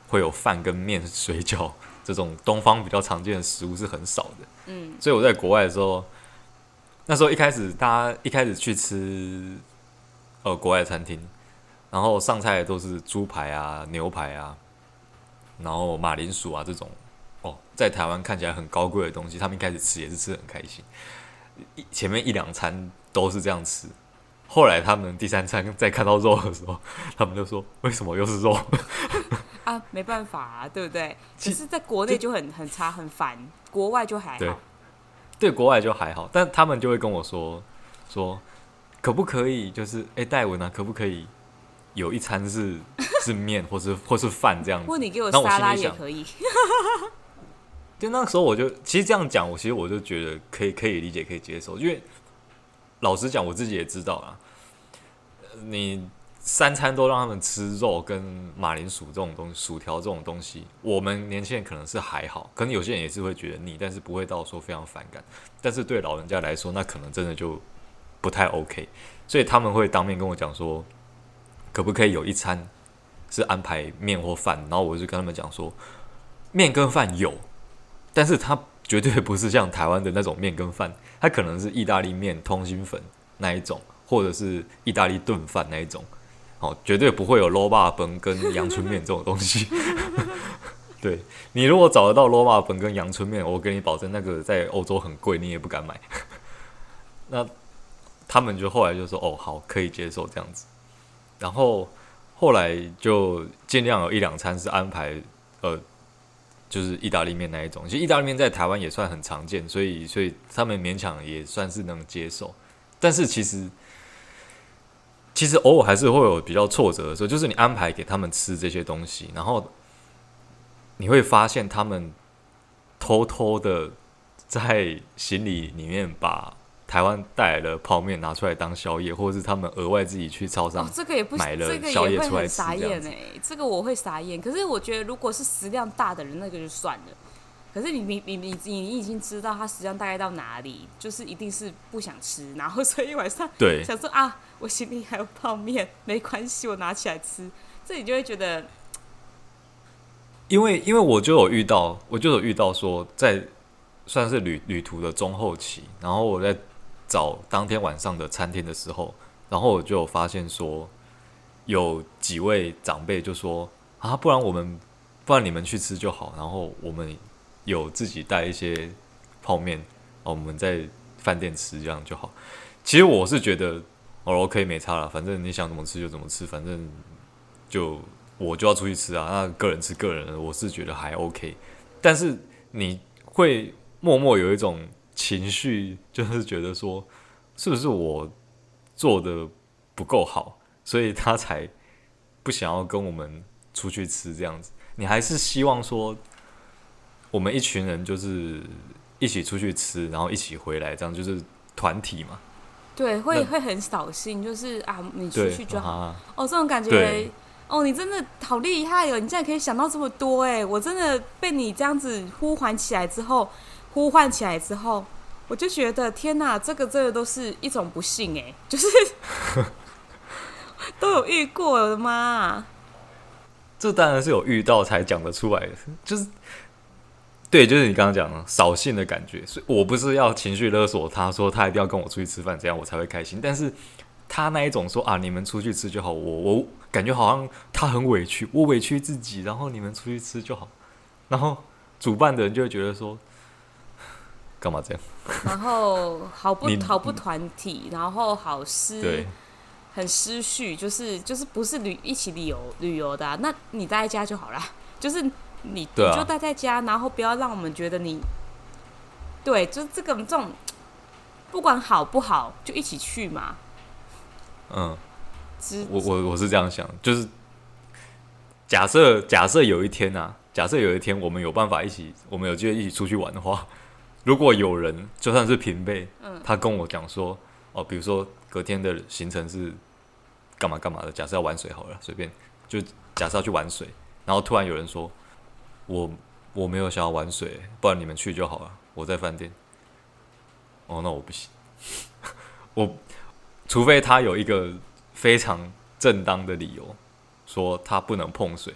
会有饭跟面、水饺这种东方比较常见的食物是很少的。 嗯， 所以我在国外的时候，那时候一开始大家一开始去吃呃国外的餐厅，然后上菜的都是猪排啊、牛排啊，然后马铃薯啊这种哦，在台湾看起来很高贵的东西，他们一开始吃也是吃得很开心。前面一两餐都是这样吃，后来他们第三餐再看到肉的时候，他们就说：“为什么又是肉？” 啊，没办法啊，对不对？可是在国内就很很差很烦，国外就还好。 对，对，国外就还好，但他们就会跟我说说，可不可以就是哎，戴文啊，可不可以有一餐是是面或是或是饭这样子？ 或你给我沙拉也可以。 就那时候我就其实这样讲，我其实我就觉得可以可以理解可以接受，因为老实讲我自己也知道啦，你三餐都让他们吃肉跟马铃薯这种东西、薯条这种东西，我们年轻人可能是还好，可能有些人也是会觉得腻，但是不会到说非常反感。但是对老人家来说，那可能真的就不太 OK， 所以他们会当面跟我讲说，可不可以有一餐是安排面或饭，然后我就跟他们讲说，面跟饭有。但是它绝对不是像台湾的那种面跟饭，它可能是意大利面、通心粉那一种，或者是意大利炖饭那一种，哦，绝对不会有肉霸本跟阳春面这种东西。对，你如果找得到肉霸本跟阳春面，我跟你保证，那个在欧洲很贵，你也不敢买。那他们就后来就说：“哦，好，可以接受这样子。”然后后来就尽量有一两餐是安排呃。就是意大利面那一种，其实意大利面在台湾也算很常见，所以所以他们勉强也算是能接受。但是其实其实偶尔还是会有比较挫折的时候，就是你安排给他们吃这些东西，然后你会发现他们偷偷的在行李里面把台湾带来的泡面拿出来当宵夜，或者是他们额外自己去超商买了宵夜出来吃，这样子。 这个也会很傻眼欸，这个我会傻眼。可是我觉得，如果是食量大的人，那个就算了。可是你你你你你已经知道他食量大概到哪里，就是一定是不想吃，然后所以晚上对想说啊，我行李还有泡面，没关系，我拿起来吃。这你就会觉得， 因为因为我就有遇到，我就有遇到说，在算是旅旅途的中后期，然后我在找当天晚上的餐厅的时候，然后我就有发现说，有几位长辈就说啊，不然我们不然你们去吃就好，然后我们有自己带一些泡面，我们在饭店吃这样就好。其实我是觉得哦 OK 没差啦，反正你想怎么吃就怎么吃，反正就我就要出去吃啊，那个人吃个人的，我是觉得还 OK。但是你会默默有一种情绪，就是觉得说，是不是我做的不够好，所以他才不想要跟我们出去吃这样子？你还是希望说，我们一群人就是一起出去吃，然后一起回来，这样就是团体嘛？ 对，会会很扫兴，就是啊，你出去就好。 啊、 哦，这种感觉，哦，你真的好厉害哦！你竟然可以想到这么多，哎，我真的被你这样子呼唤起来之后。呼唤起来之后，我就觉得天哪，这个这个都是一种不幸哎，就是都有遇过了吗？ 这当然是有遇到才讲得出来的，就是对，就是你刚刚讲的扫兴的感觉。所以我不是要情绪勒索他，说他一定要跟我出去吃饭，这样我才会开心。但是他那一种说啊，你们出去吃就好，我我感觉好像他很委屈，我委屈自己，然后你们出去吃就好，然后主办的人就会觉得说。干嘛这样？ 然后好不好不团体，然后好失，很失序，就是就是不是旅一起旅游旅游的、啊，那你待在家就好啦，就是你、你就待在家，然后不要让我们觉得你，对，就这个这种不管好不好，就一起去嘛。 嗯，我我我是这样想，就是假设假设有一天啊，假设有一天我们有办法一起，我们有机会一起出去玩的话。如果有人就算是平辈，嗯、他跟我讲说，哦，比如说隔天的行程是干嘛干嘛的，假设要玩水好了，随便就假设要去玩水，然后突然有人说，我我没有想要玩水，不然你们去就好了，我在饭店。哦，那我不行，我除非他有一个非常正当的理由，说他不能碰水，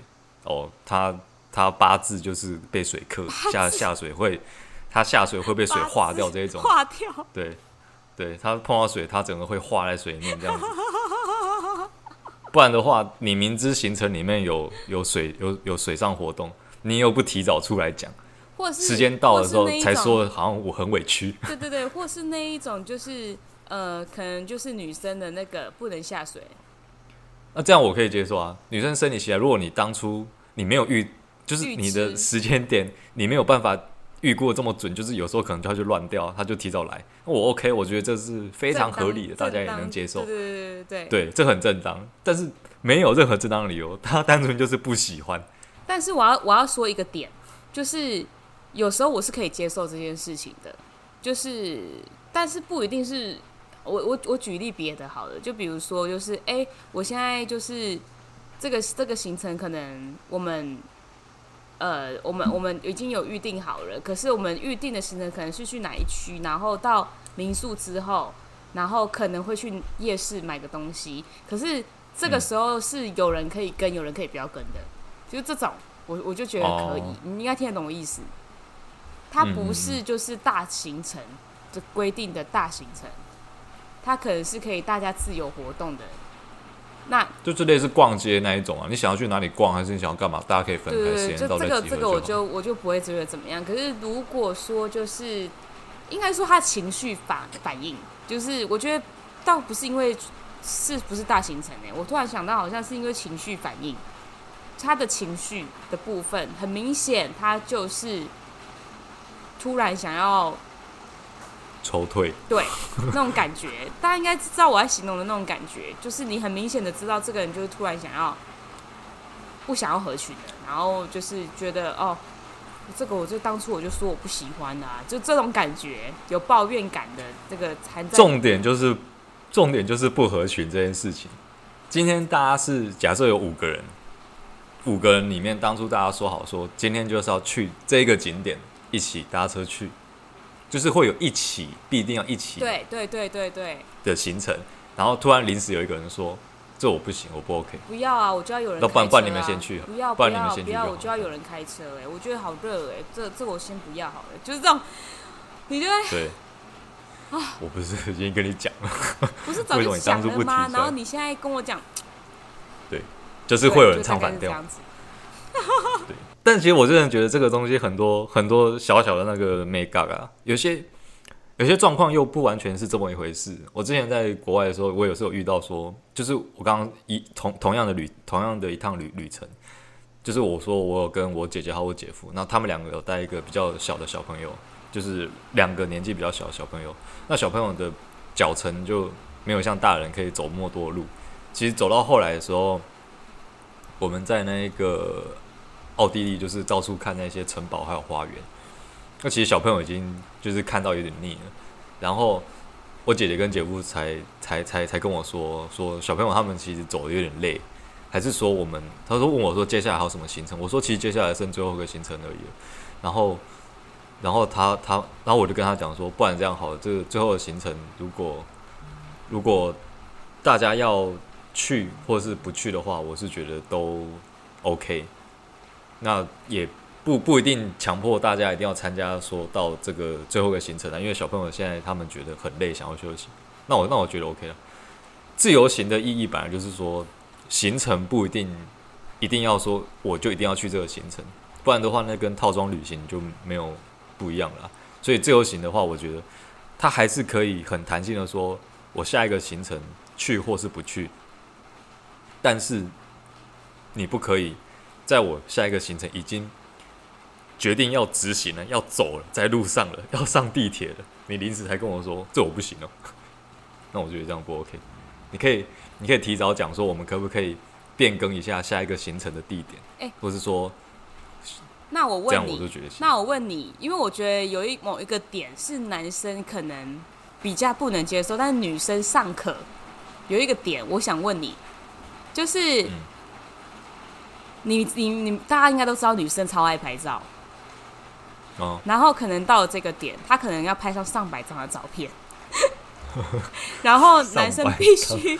哦，他他八字就是被水克，下下水会，他下水会被水化掉这一种， 化掉， 对对，他碰到水，他整个会化在水里面这样子。不然的话，你明知行程里面有有水有有水上活动，你又不提早出来讲， 或是时间到的时候才说，好像我很委屈。 对对对，或是那一种就是呃，可能就是女生的那个不能下水。 那这样我可以接受啊，女生生理期来，如果你当初你没有预，就是你的时间点你没有办法预估的这么准，就是有时候可能它就乱掉，他就提早来，我 OK， 我觉得这是非常合理的，大家也能接受。 对对对对对，这很正当，但是没有任何正当的理由，他单纯就是不喜欢。 但是我要我要说一个点，就是有时候我是可以接受这件事情的，就是但是不一定是我我我举例别的好了，就比如说就是哎、欸，我现在就是这个这个行程可能我们。呃，我们我们已经有预定好了，可是我们预定的行程可能是去哪一区，然后到民宿之后，然后可能会去夜市买个东西。可是这个时候是有人可以跟，有人可以不要跟的，就是这种，我我就觉得可以，哦、你应该听得懂我意思。它不是就是大行程就规定的大行程，它可能是可以大家自由活动的。那就类似逛街那一种啊，你想要去哪里逛，还是你想要干嘛？大家可以分开时间到再集合就好。这个这个我就我就不会觉得怎么样。可是如果说就是应该说他情绪反反应，就是我觉得倒不是因为是不是大行程呢、欸？我突然想到好像是因为情绪反应，他的情绪的部分很明显，他就是突然想要抽退， 对，那种感觉，大家应该知道我在形容的那种感觉，就是你很明显的知道这个人就是突然想要不想要合群的，然后就是觉得哦，这个我就当初我就说我不喜欢啊，就这种感觉，有抱怨感的这个含在。 重点就是重点就是不合群这件事情。今天大家是假设有五个人，五个人里面当初大家说好说今天就是要去这个景点，一起搭车去。就是会有一起，必定要一起， 对对对对对的行程，然后突然临时有一个人说：“这我不行，我不 OK。” 不要啊，我就要有人开车、啊。 那不然不然你们先去， 不要不然你们先去不要，我就要有人开车哎、欸，我觉得好热哎、欸，这这我先不要好了，就是这种，你就会对啊，我不是已经跟你讲了， 不是早就讲了吗？然后你现在跟我讲， 对，就是会有人唱反调，对。但其实我真的觉得这个东西很多很多小小的那个美感啊，有些有些状况又不完全是这么一回事。我之前在国外的时候，我有时候有遇到说，就是我刚刚一同同样的旅同样的一趟旅旅程，就是我说我有跟我姐姐还有我姐夫，那他们两个有带一个比较小的小朋友，就是两个年纪比较小的小朋友，那小朋友的脚程就没有像大人可以走那么多路。其实走到后来的时候，我们在那个奥地利就是到处看那些城堡还有花园，那其实小朋友已经就是看到有点腻了。然后我姐姐跟姐夫才才才才跟我说说小朋友他们其实走的有点累，还是说我们他说问我说接下来还有什么行程？我说其实接下来剩最后一个行程而已了。然后然后他他然后我就跟他讲说，不然这样好了，这个最后的行程如果如果大家要去或是不去的话，我是觉得都 OK。那也不不一定强迫大家一定要参加，说到这个最后一个行程啊，因为小朋友现在他们觉得很累，想要休息。那我那我觉得 OK 了。自由行的意义本来就是说，行程不一定一定要说我就一定要去这个行程，不然的话，那跟套装旅行就没有不一样了。所以自由行的话，我觉得它还是可以很弹性的说，我下一个行程去或是不去，但是你不可以。在我下一个行程已经决定要执行了，要走了，在路上了，要上地铁了，你临时才跟我说这我不行哦，那我觉得这样不 OK。你可以，你可以提早讲说，我们可不可以变更一下下一个行程的地点，欸、或是说， 那我问你， 这样我就觉得行。 那我问你，因为我觉得有一某一个点是男生可能比较不能接受，但是女生尚可。有一个点，我想问你，就是。嗯你你你，大家应该都知道，女生超爱拍照，哦，然后可能到了这个点，她可能要拍上上百张的照片，然后男生必须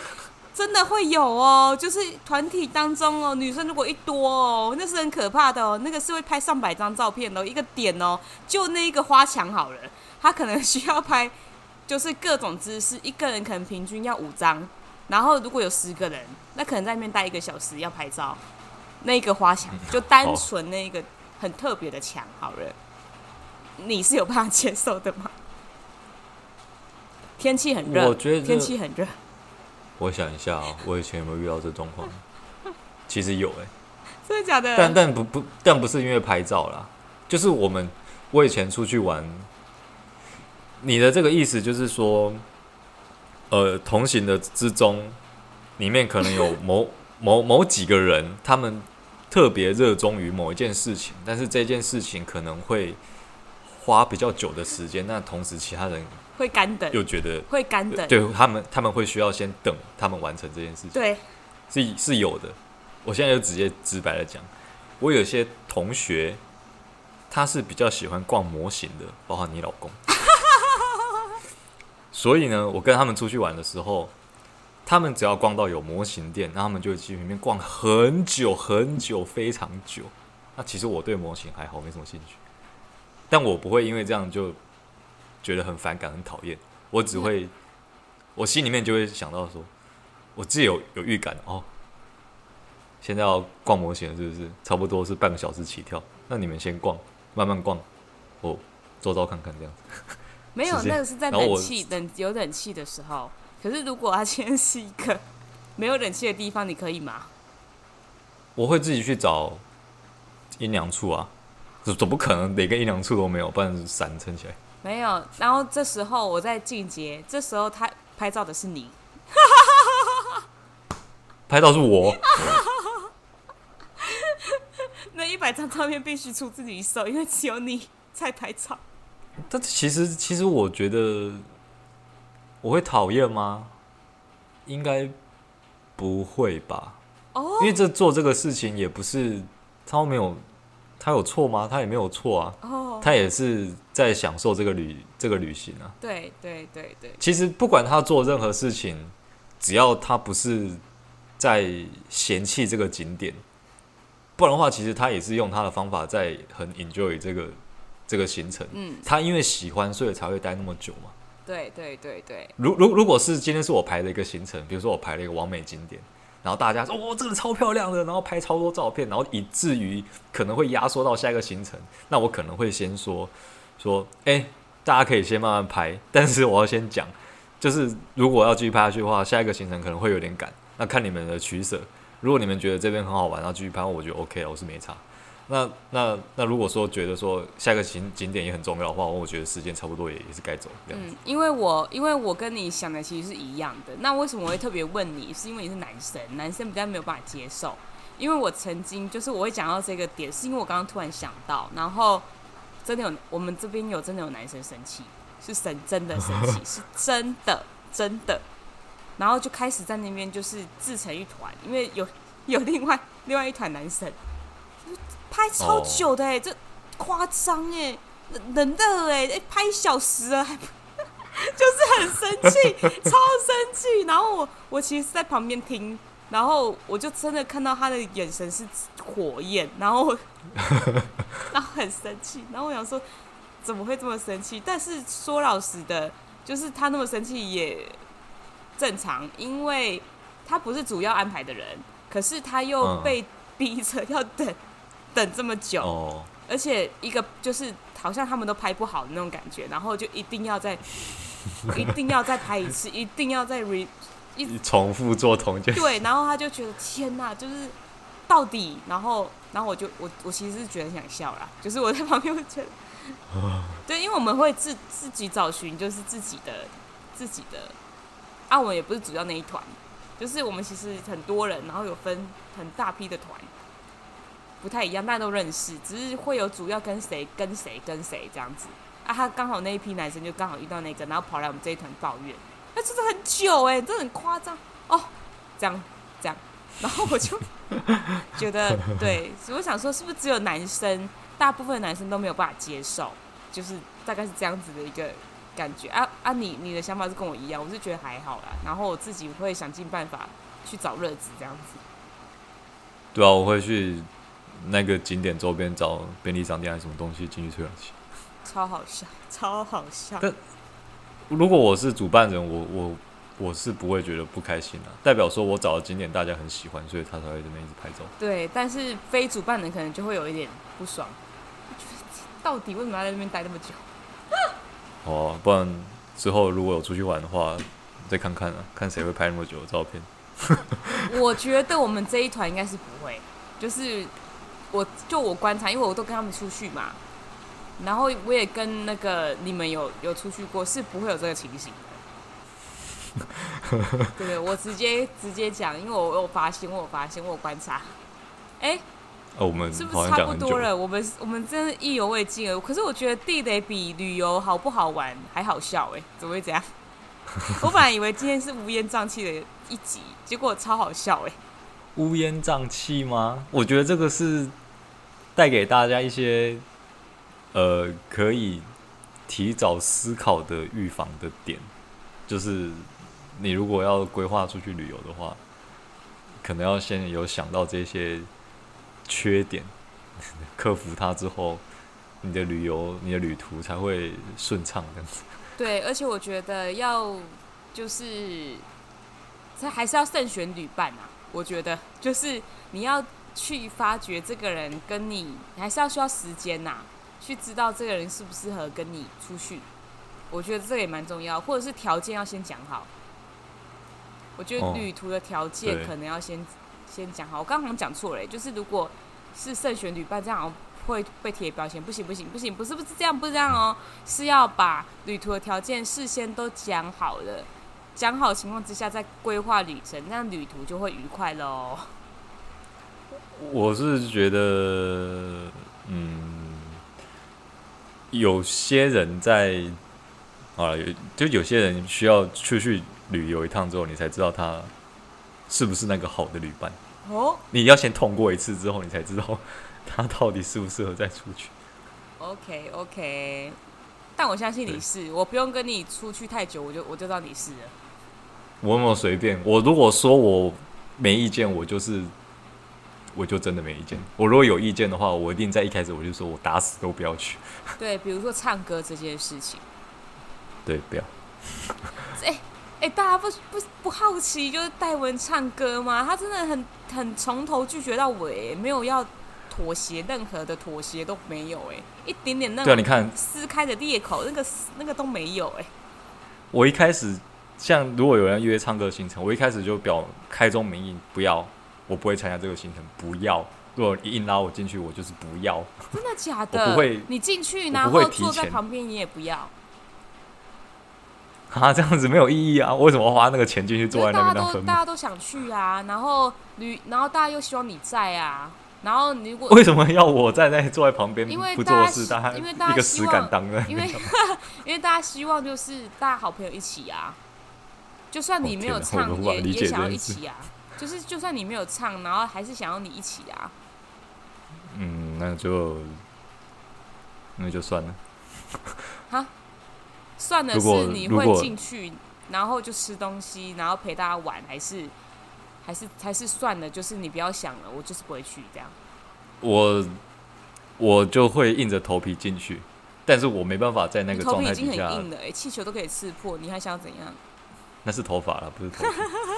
真的会有哦，就是团体当中哦，女生如果一多哦，那是很可怕的哦，那个是会拍上百张照片的哦，一个点哦，就那一个花墙好了，他可能需要拍，就是各种姿势，一个人可能平均要五张，然后如果有十个人，那可能在那边待一个小时要拍照，那个花墙就单纯那个很特别的墙好了，你是有办法接受的吗？天气很热， 我觉得天气很热。 我想一下啊、喔，我以前有没有遇到这状况？其实有哎、欸， 真的假的？ 但但不不但不是因为拍照啦，就是我们我以前出去玩，你的这个意思就是说，呃，同行的之中，里面可能有某某某几个人，他们特别热衷于某一件事情，但是这件事情可能会花比较久的时间，那同时其他人会干等， 又觉得会干等， 对他们他们会需要先等他们完成这件事情， 对， 是是有的。我现在就直接直白的讲，我有些同学他是比较喜欢逛模型的，包括你老公。所以呢，我跟他们出去玩的时候，他们只要逛到有模型店，那他们就会去里面逛很久很久，非常久。那其实我对模型还好，没什么兴趣，但我不会因为这样就觉得很反感、很讨厌。我只会，我心里面就会想到说，我自己有有预感哦，现在要逛模型了，是不是？差不多是半个小时起跳。那你们先逛，慢慢逛，我周遭看看这样子。 没有，那个是在冷气冷有冷气的时候。可是如果它今天是一个没有冷气的地方，你可以吗？ 我会自己去找阴凉处啊，总不可能连个阴凉处都没有，不然伞撑起来。 没有，然后这时候我在进阶，这时候他拍照的是你， 拍照是我。 那一百张照片必须出自己手，因为只有你在拍照。 但其实，其实我觉得我会讨厌吗？应该不会吧。哦，因为这做这个事情也不是他没有，他有错吗？他也没有错啊。哦，他也是在享受这个旅这个旅行啊。 对对对对。 其实不管他做任何事情，只要他不是在嫌弃这个景点，不然的话，其实他也是用他的方法在很 enjoy 这个。这个行程，嗯，他因为喜欢，所以才会待那么久嘛。 对对对对。 如如如果是今天是我排的一个行程，比如说我排了一个完美景点，然后大家说哦，这个超漂亮的，然后拍超多照片，然后以至于可能会压缩到下一个行程，那我可能会先说说，哎、欸，大家可以先慢慢拍，但是我要先讲，就是如果要继续拍下去的话，下一个行程可能会有点赶，那看你们的取舍。如果你们觉得这边很好玩，然后继续拍，我觉得 OK 了，我是没差。那那那如果说觉得说下一个景景点也很重要的话，我觉得时间差不多也也是该走这样子。 嗯，因为我因为我跟你想的其实是一样的。那为什么我会特别问你？是因为你是男生，男生比较没有办法接受。因为我曾经就是我会讲到这个点，是因为我刚刚突然想到，然后真的有我们这边有真的有男生生气，是神真的生气，是真的真的。然后就开始在那边就是自成一团，因为有有另外另外一团男生。拍超久的哎、欸， oh. 这夸张哎，冷热哎，哎拍一小时了还就是很生气，超生气。然后我我其实在旁边听，然后我就真的看到他的眼神是火焰，然后然后很生气，然后我想说怎么会这么生气？但是说老实的，就是他那么生气也正常，因为他不是主要安排的人，可是他又被逼着要等。等这么久、哦，而且一个就是好像他们都拍不好的那种感觉，然后就一定要再一定要再拍一次，一定要再 re 一重复做同一件事。 对，然后他就觉得天哪，就是到底，然后然后我就我我其实是觉得很想笑啦，就是我在旁边会觉得，对，因为我们会自自己找寻就是自己的自己的，啊，我们也不是主要那一团，就是我们其实很多人，然后有分很大批的团。不太一样，大家都认识，只是会有主要跟谁跟谁跟谁这样子啊。他刚好那一批男生就刚好遇到那个，然后跑来我们这一团抱怨，那真的很久哎、欸，真的很夸张哦，这样这样，然后我就觉得对，所以我想说，是不是只有男生，大部分的男生都没有办法接受，就是大概是这样子的一个感觉啊啊你！你的想法是跟我一样，我是觉得还好啦。然后我自己会想尽办法去找乐子这样子。 对啊，我会去那个景点周边找便利商店还是什么东西进去吹冷气， 超好笑，超好笑。 但如果我是主办人，我我我是不会觉得不开心啊，代表说我找的景点大家很喜欢，所以他才会这边一直拍照。 对，但是非主办人可能就会有一点不爽，到底为什么要在那边待那么久？ 哦，不然之后如果有出去玩的话，再看看啊，看谁会拍那么久的照片。 我觉得我们这一团应该是不会，就是我就我观察，因为我都跟他们出去嘛，然后我也跟那个你们有有出去过，是不会有这个情形的。对对，我直接直接讲，因为我有发现，我有发现，我有观察。哎、欸， 哦，我们是不是差不多了？我们我们真的意犹未尽了。可是我觉得地雷比旅游好不好玩还好笑哎、欸，怎么会这样？我本来以为今天是乌烟瘴气的一集，结果超好笑哎、欸！ 乌烟瘴气吗？我觉得这个是带给大家一些呃可以提早思考的预防的点，就是你如果要规划出去旅游的话，可能要先有想到这些缺点，克服它之后，你的旅游、你的旅途才会顺畅这样子。 对，而且我觉得要就是这还是要慎选旅伴啊。我觉得就是你要去发掘这个人跟你，还是要需要时间呐、啊，去知道这个人适不适合跟你出去。我觉得这个也蛮重要，或者是条件要先讲好。我觉得旅途的条件可能要先、哦、先讲好。我刚刚讲错了，就是如果是慎选旅伴，这样好像会被贴标签，不行不行不行，不是不是这样，不是这样哦，是要把旅途的条件事先都讲好了，讲好的情况之下再规划旅程，那样旅途就会愉快喽。 我是觉得，嗯，有些人在啊，就有些人需要出去旅游一趟之后，你才知道他是不是那个好的旅伴。 哦， 你要先痛过一次之后，你才知道他到底适不适合再出去。 OK OK， 但我相信你是，我不用跟你出去太久，我就我就知道你是了。 我有没有随便？我如果说我没意见，我就是我就真的没意见。我如果有意见的话，我一定在一开始我就说我打死都不要去。 对，比如说唱歌这件事情。 对，不要。 哎哎、欸欸，大家不不不好奇就是戴文唱歌吗？他真的很很从头拒绝到尾，没有要妥协，任何的妥协都没有，哎，一点点那种撕开的裂口，那个那个都没有，哎。 我一开始像如果有人约唱歌行程，我一开始就表开宗明义不要，我不会参加这个行程，不要。如果硬拉我进去，我就是不要。 真的假的？ 我不会， 你进去然后坐在旁边，你也不要。 啊，这样子没有意义啊！我为什么要花那个钱进去坐在那边当分母？ 大家都想去啊，然后旅，然后大家又希望你在啊，然后如果为什么要我在那坐在旁边不做事？ 大家因为大家一个死敢当的， 因为因为大家希望就是大家好朋友一起啊，就算你没有唱， 哦、 也也想要一起啊，就是就算你没有唱，然后还是想要你一起啊。 嗯，那就那就算了。 哈？算的是你会进去，然后就吃东西，然后陪大家玩，还是还是还是算了，就是你不要想了，我就是不会去这样。 我我就会硬着头皮进去，但是我没办法在那个状态底下。 头皮已经很硬了，哎、欸，气球都可以刺破，你还想怎样？ 那是头发啦，不是头皮。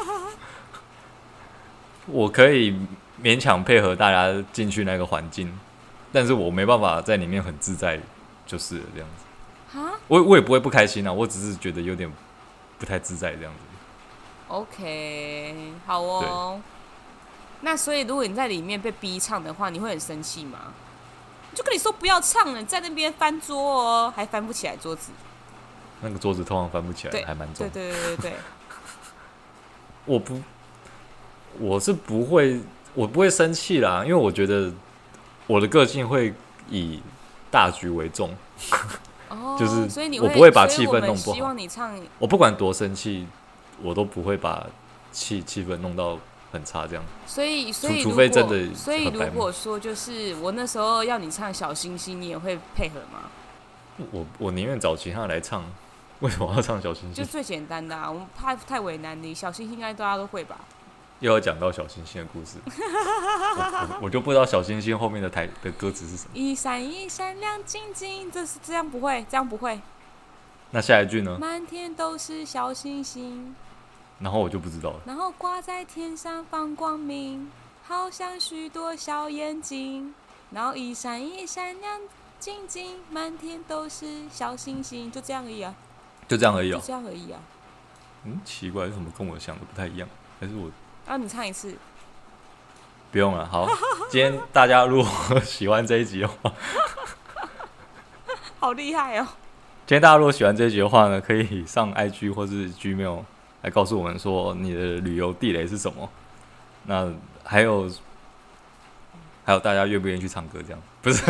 我可以勉强配合大家进去那个环境，但是我没办法在里面很自在，就是了这样子。我我也不会不开心啊，我只是觉得有点不太自在这样子。 OK， 好哦。那所以如果你在里面被逼唱的话，你会很生气吗？就跟你说不要唱了，你在那边翻桌哦，还翻不起来桌子。 那个桌子通常翻不起来，还蛮重。 对对对对对。 我不，我是不会，我不会生气啦，因为我觉得我的个性会以大局为重。 哦、 就是我不会把气氛弄不好。 希望你唱， 我不管多生气，我都不会把气气氛弄到很差这样。 所以，所以除非真的， 所以如果说就是我那时候要你唱小星星，你也会配合吗？ 我我宁愿找其他人来唱。 为什么要唱小星星？ 就最简单的啊，我们怕太为难你。小星星应该大家都会吧？ 又要讲到小星星的故事，我, 我, 我就不知道小星星后面的台的歌词是什么。 一闪一闪亮晶晶，这是这样不会，这样不会。 那下一句呢？ 满天都是小星星， 然后我就不知道了。 然后挂在天上放光明，好像许多小眼睛，然后一闪一闪亮晶晶，满天都是小星星，就这样而已啊。 就这样而已啊、 哦。就这样而已啊。 嗯，奇怪，为什么跟我想的不太一样？还是我？ 啊，你唱一次。 不用了，好。今天大家如果喜欢这一集的话， 好厉害哦！ 今天大家如果喜欢这一集的话呢，可以上 I G 或是 Gmail 来告诉我们说你的旅游地雷是什么。那还有还有大家愿不愿意去唱歌？这样不是？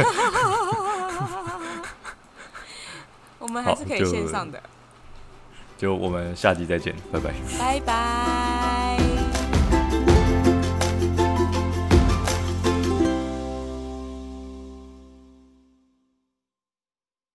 我们还是可以线上的。 就, 就我们下集再见，拜拜。 拜拜。